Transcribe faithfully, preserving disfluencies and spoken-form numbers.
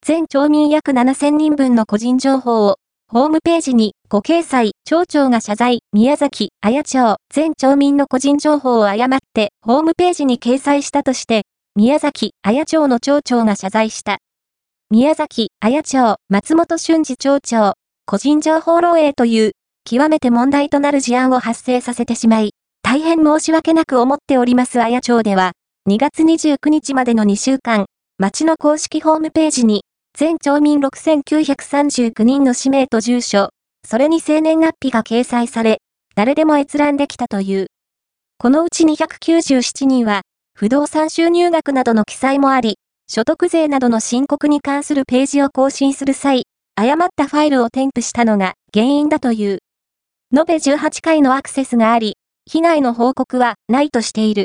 全町民約ななせんにんぶんの個人情報を、ホームページにご掲載、町長が謝罪、宮崎、綾町、全町民の個人情報を誤ってホームページに掲載したとして、宮崎、綾町の町長が謝罪した。宮崎、綾町、松本俊二町長、個人情報漏洩という、極めて問題となる事案を発生させてしまい、大変申し訳なく思っております綾町では、にがつにじゅうくにちまでのにしゅうかん、町の公式ホームページに、全町民ろくせんきゅうひゃくさんじゅうきゅうにんの氏名と住所、それに生年月日が掲載され、誰でも閲覧できたという。このうちにひゃくきゅうじゅうななにんは、不動産収入額などの記載もあり、所得税などの申告に関するページを更新する際、誤ったファイルを添付したのが原因だという。延べじゅうはちかいのアクセスがあり、被害の報告はないとしている。